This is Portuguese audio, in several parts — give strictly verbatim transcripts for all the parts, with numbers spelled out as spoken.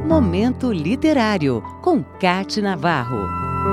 Momento Literário, com Cate Navarro.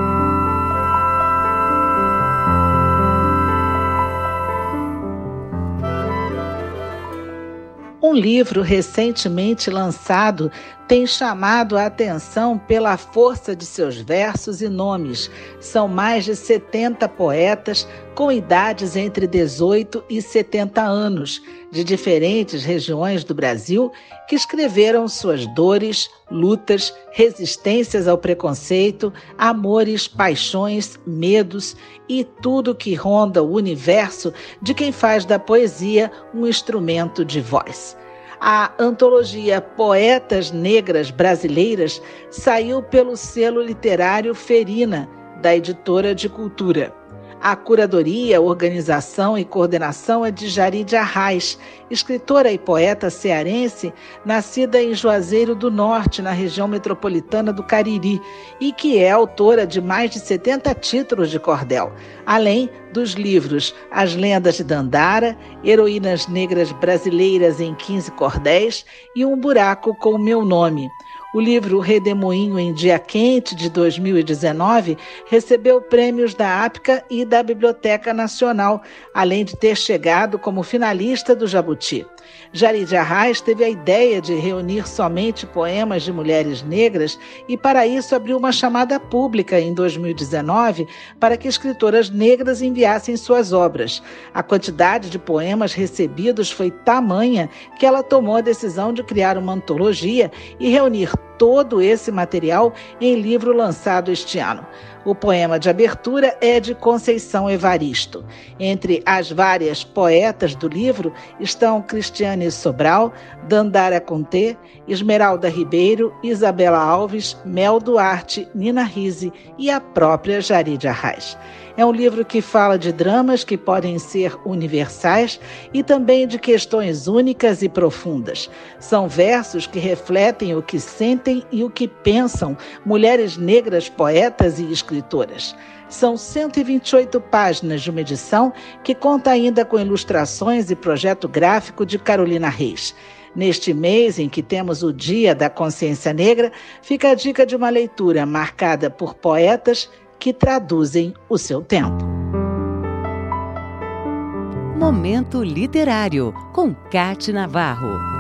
Um livro recentemente lançado tem chamado a atenção pela força de seus versos e nomes. São mais de setenta poetas com idades entre dezoito e setenta anos, de diferentes regiões do Brasil, que escreveram suas dores, lutas, resistências ao preconceito, amores, paixões, medos e tudo que ronda o universo de quem faz da poesia um instrumento de voz. A antologia Poetas Negras Brasileiras saiu pelo selo literário Ferina, da Editora de Cultura. A curadoria, organização e coordenação é de Jarid Arraes, escritora e poeta cearense, nascida em Juazeiro do Norte, na região metropolitana do Cariri, e que é autora de mais de setenta títulos de cordel, além dos livros As Lendas de Dandara, Heroínas Negras Brasileiras em quinze Cordéis e Um Buraco com o Meu Nome. O livro Redemoinho em Dia Quente, de dois mil e dezenove, recebeu prêmios da APCA e da Biblioteca Nacional, além de ter chegado como finalista do Jabuti. Jarid Arraes teve a ideia de reunir somente poemas de mulheres negras e, para isso, abriu uma chamada pública em dois mil e dezenove para que escritoras negras enviassem suas obras. A quantidade de poemas recebidos foi tamanha que ela tomou a decisão de criar uma antologia e reunir todo esse material em livro lançado este ano. O poema de abertura é de Conceição Evaristo. Entre as várias poetas do livro estão Cristiane Sobral, Dandara Conté, Esmeralda Ribeiro, Isabela Alves, Mel Duarte, Nina Rise e a própria Jarid Arraes. É um livro que fala de dramas que podem ser universais e também de questões únicas e profundas. São versos que refletem o que sentem e o que pensam mulheres negras poetas e escritoras. São cento e vinte e oito páginas de uma edição que conta ainda com ilustrações e projeto gráfico de Carolina Reis. Neste mês em que temos o Dia da Consciência Negra, fica a dica de uma leitura marcada por poetas que traduzem o seu tempo. Momento Literário, com Cate Navarro.